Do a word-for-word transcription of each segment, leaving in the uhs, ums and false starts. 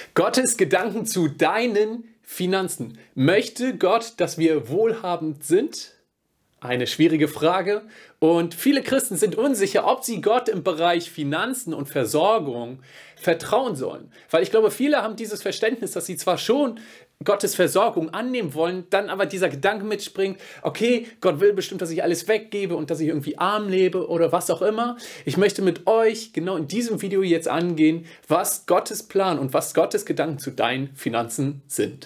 Gottes Gedanken zu deinen Finanzen. Möchte Gott, dass wir wohlhabend sind? Eine schwierige Frage. Und viele Christen sind unsicher, ob sie Gott im Bereich Finanzen und Versorgung vertrauen sollen. Weil ich glaube, viele haben dieses Verständnis, dass sie zwar schon Gottes Versorgung annehmen wollen, dann aber dieser Gedanke mitspringt, okay, Gott will bestimmt, dass ich alles weggebe und dass ich irgendwie arm lebe oder was auch immer. Ich möchte mit euch genau in diesem Video jetzt angehen, was Gottes Plan und was Gottes Gedanken zu deinen Finanzen sind.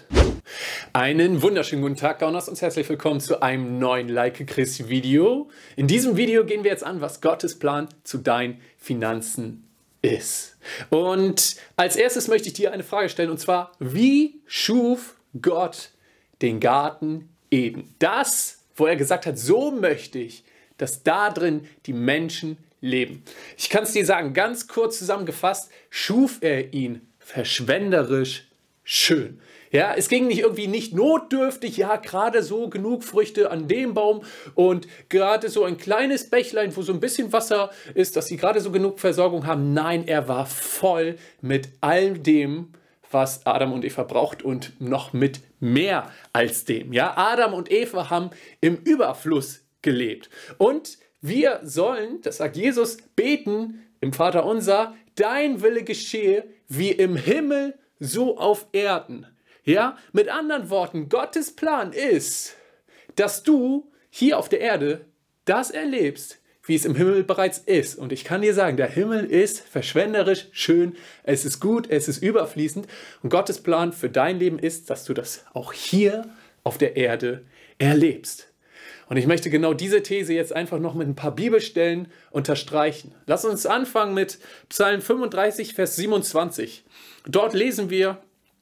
Einen wunderschönen guten Tag, Gauners, und herzlich willkommen zu einem neuen Like Chris Video. In diesem Video gehen wir jetzt an, was Gottes Plan zu deinen Finanzen ist. Und als erstes möchte ich dir eine Frage stellen, und zwar, wie schuf Gott den Garten Eden? Das, wo er gesagt hat, so möchte ich, dass da drin die Menschen leben. Ich kann es dir sagen, ganz kurz zusammengefasst, schuf er ihn verschwenderisch schön. Ja, es ging nicht irgendwie nicht notdürftig, ja, gerade so genug Früchte an dem Baum und gerade so ein kleines Bächlein, wo so ein bisschen Wasser ist, dass sie gerade so genug Versorgung haben. Nein, er war voll mit all dem, was Adam und Eva braucht und noch mit mehr als dem. Ja, Adam und Eva haben im Überfluss gelebt. Und wir sollen, das sagt Jesus, beten im Vaterunser, dein Wille geschehe wie im Himmel, so auf Erden. Ja, mit anderen Worten, Gottes Plan ist, dass du hier auf der Erde das erlebst, wie es im Himmel bereits ist. Und ich kann dir sagen, der Himmel ist verschwenderisch schön, es ist gut, es ist überfließend. Und Gottes Plan für dein Leben ist, dass du das auch hier auf der Erde erlebst. Und ich möchte genau diese These jetzt einfach noch mit ein paar Bibelstellen unterstreichen. Lass uns anfangen mit Psalm fünfunddreißig, Vers siebenundzwanzig. Dort lesen wir: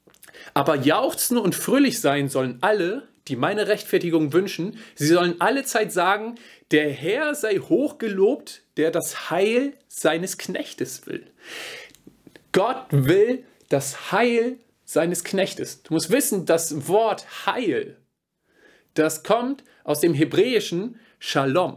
Aber jauchzen und fröhlich sein sollen alle, die meine Rechtfertigung wünschen. Sie sollen allezeit sagen, der Herr sei hochgelobt, der das Heil seines Knechtes will. Gott will das Heil seines Knechtes. Du musst wissen, das Wort Heil, das kommt aus dem hebräischen Shalom.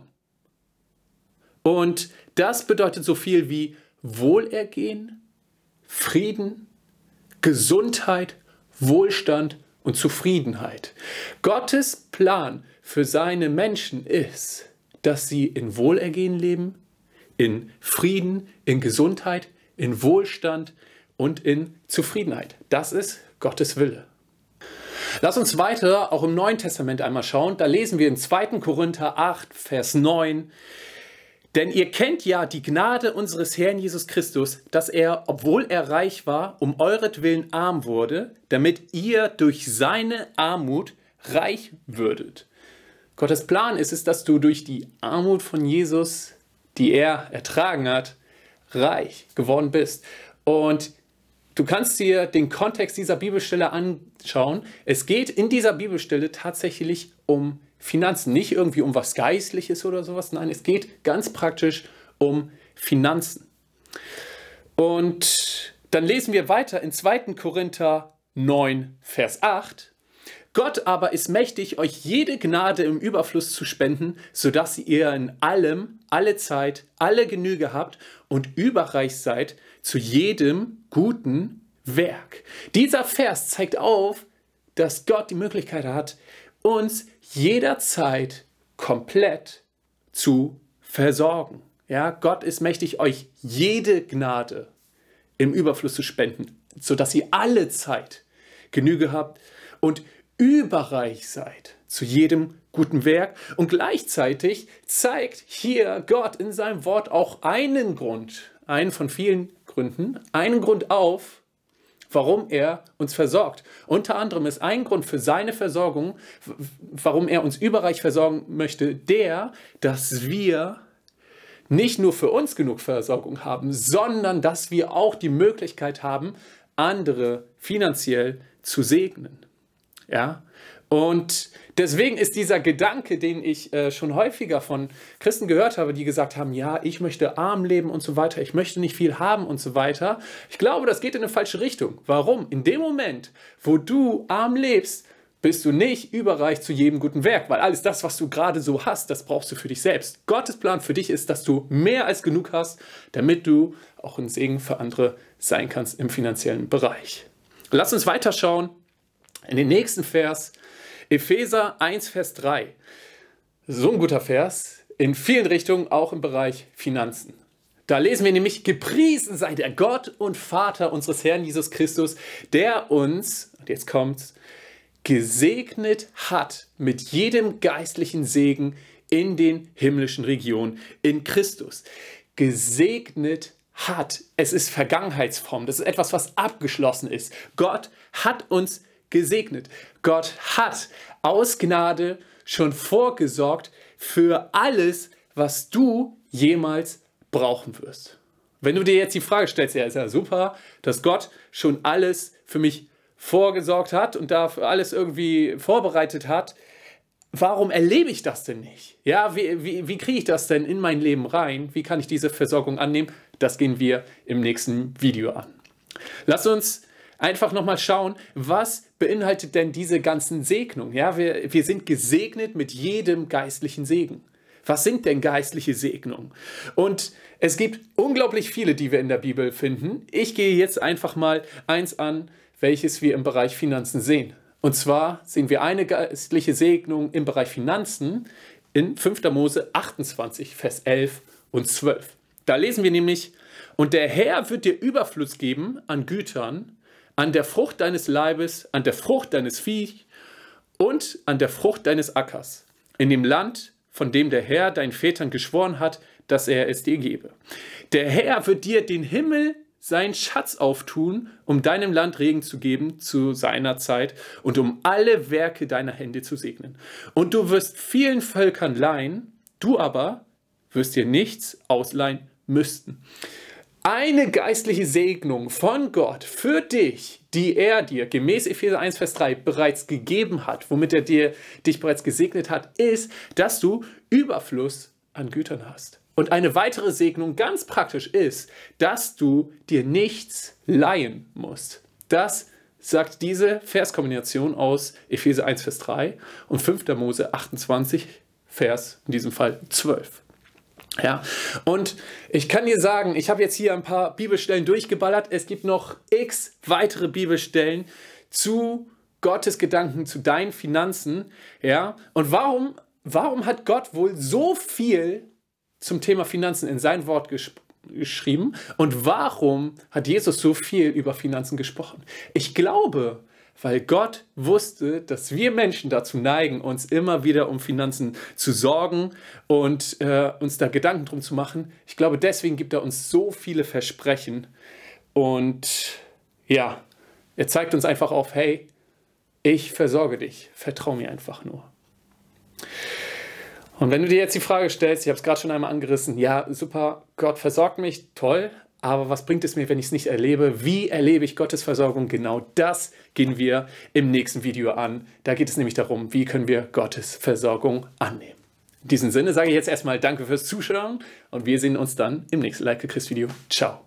Und das bedeutet so viel wie Wohlergehen, Frieden, Gesundheit, Wohlstand und Zufriedenheit. Gottes Plan für seine Menschen ist, dass sie in Wohlergehen leben, in Frieden, in Gesundheit, in Wohlstand und in Zufriedenheit. Das ist Gottes Wille. Lass uns weiter auch im Neuen Testament einmal schauen. Da lesen wir in zweiten Korinther acht, Vers neun. Denn ihr kennt ja die Gnade unseres Herrn Jesus Christus, dass er, obwohl er reich war, um euretwillen arm wurde, damit ihr durch seine Armut reich würdet. Gottes Plan ist es, dass du durch die Armut von Jesus, die er ertragen hat, reich geworden bist. Und du kannst dir den Kontext dieser Bibelstelle anschauen. Es geht in dieser Bibelstelle tatsächlich um Finanzen, nicht irgendwie um was Geistliches oder sowas. Nein, es geht ganz praktisch um Finanzen. Und dann lesen wir weiter in zweiten Korinther neun, Vers acht. Gott aber ist mächtig, euch jede Gnade im Überfluss zu spenden, sodass ihr in allem, alle Zeit, alle Genüge habt und überreich seid zu jedem guten Werk. Dieser Vers zeigt auf, dass Gott die Möglichkeit hat, uns jederzeit komplett zu versorgen. Ja, Gott ist mächtig, euch jede Gnade im Überfluss zu spenden, sodass ihr alle Zeit Genüge habt und überreich seid zu jedem guten Werk. Und gleichzeitig zeigt hier Gott in seinem Wort auch einen Grund, einen von vielen Gründen, einen Grund auf, warum er uns versorgt. Unter anderem ist ein Grund für seine Versorgung, warum er uns überreich versorgen möchte, der, dass wir nicht nur für uns genug Versorgung haben, sondern dass wir auch die Möglichkeit haben, andere finanziell zu segnen. Ja? Und deswegen ist dieser Gedanke, den ich äh, schon häufiger von Christen gehört habe, die gesagt haben, ja, ich möchte arm leben und so weiter, ich möchte nicht viel haben und so weiter. Ich glaube, das geht in eine falsche Richtung. Warum? In dem Moment, wo du arm lebst, bist du nicht überreich zu jedem guten Werk, weil alles das, was du gerade so hast, das brauchst du für dich selbst. Gottes Plan für dich ist, dass du mehr als genug hast, damit du auch ein Segen für andere sein kannst im finanziellen Bereich. Lass uns weiterschauen in den nächsten Vers, Epheser eins, Vers drei. So ein guter Vers, in vielen Richtungen, auch im Bereich Finanzen. Da lesen wir nämlich, gepriesen sei der Gott und Vater unseres Herrn Jesus Christus, der uns, und jetzt kommt's, gesegnet hat mit jedem geistlichen Segen in den himmlischen Regionen in Christus. Gesegnet hat. Es ist Vergangenheitsform. Das ist etwas, was abgeschlossen ist. Gott hat uns gesegnet. Gott hat aus Gnade schon vorgesorgt für alles, was du jemals brauchen wirst. Wenn du dir jetzt die Frage stellst, ja, ist ja super, dass Gott schon alles für mich vorgesorgt hat und dafür alles irgendwie vorbereitet hat, warum erlebe ich das denn nicht? Ja, wie, wie, wie kriege ich das denn in mein Leben rein? Wie kann ich diese Versorgung annehmen? Das gehen wir im nächsten Video an. Lass uns einfach nochmal schauen, was beinhaltet denn diese ganzen Segnungen? Ja, wir, wir sind gesegnet mit jedem geistlichen Segen. Was sind denn geistliche Segnungen? Und es gibt unglaublich viele, die wir in der Bibel finden. Ich gehe jetzt einfach mal eins an, welches wir im Bereich Finanzen sehen. Und zwar sehen wir eine geistliche Segnung im Bereich Finanzen in fünfter Mose achtundzwanzig, Vers elf und zwölf. Da lesen wir nämlich, und der Herr wird dir Überfluss geben an Gütern, an der Frucht deines Leibes, an der Frucht deines Viehs und an der Frucht deines Ackers, in dem Land, von dem der Herr deinen Vätern geschworen hat, dass er es dir gebe. Der Herr wird dir den Himmel seinen Schatz auftun, um deinem Land Regen zu geben zu seiner Zeit und um alle Werke deiner Hände zu segnen. Und du wirst vielen Völkern leihen, du aber wirst dir nichts ausleihen müssten. Eine geistliche Segnung von Gott für dich, die er dir gemäß Epheser eins, Vers drei bereits gegeben hat, womit er dir, dich bereits gesegnet hat, ist, dass du Überfluss an Gütern hast. Und eine weitere Segnung ganz praktisch ist, dass du dir nichts leihen musst. Das sagt diese Verskombination aus Epheser eins, Vers drei und fünfter Mose achtundzwanzig, Vers in diesem Fall zwölf. Ja, und ich kann dir sagen, ich habe jetzt hier ein paar Bibelstellen durchgeballert. Es gibt noch x weitere Bibelstellen zu Gottes Gedanken, zu deinen Finanzen. Ja, und warum, warum hat Gott wohl so viel zum Thema Finanzen in sein Wort gesch- geschrieben? Und warum hat Jesus so viel über Finanzen gesprochen? Ich glaube, weil Gott wusste, dass wir Menschen dazu neigen, uns immer wieder um Finanzen zu sorgen und äh, uns da Gedanken drum zu machen. Ich glaube, deswegen gibt er uns so viele Versprechen. Und ja, er zeigt uns einfach auf, hey, ich versorge dich, vertrau mir einfach nur. Und wenn du dir jetzt die Frage stellst, ich habe es gerade schon einmal angerissen, ja, super, Gott versorgt mich, toll, aber was bringt es mir, wenn ich es nicht erlebe? Wie erlebe ich Gottes Versorgung? Genau das gehen wir im nächsten Video an. Da geht es nämlich darum, wie können wir Gottes Versorgung annehmen. In diesem Sinne sage ich jetzt erstmal Danke fürs Zuschauen und wir sehen uns dann im nächsten Like a Christ Video. Ciao.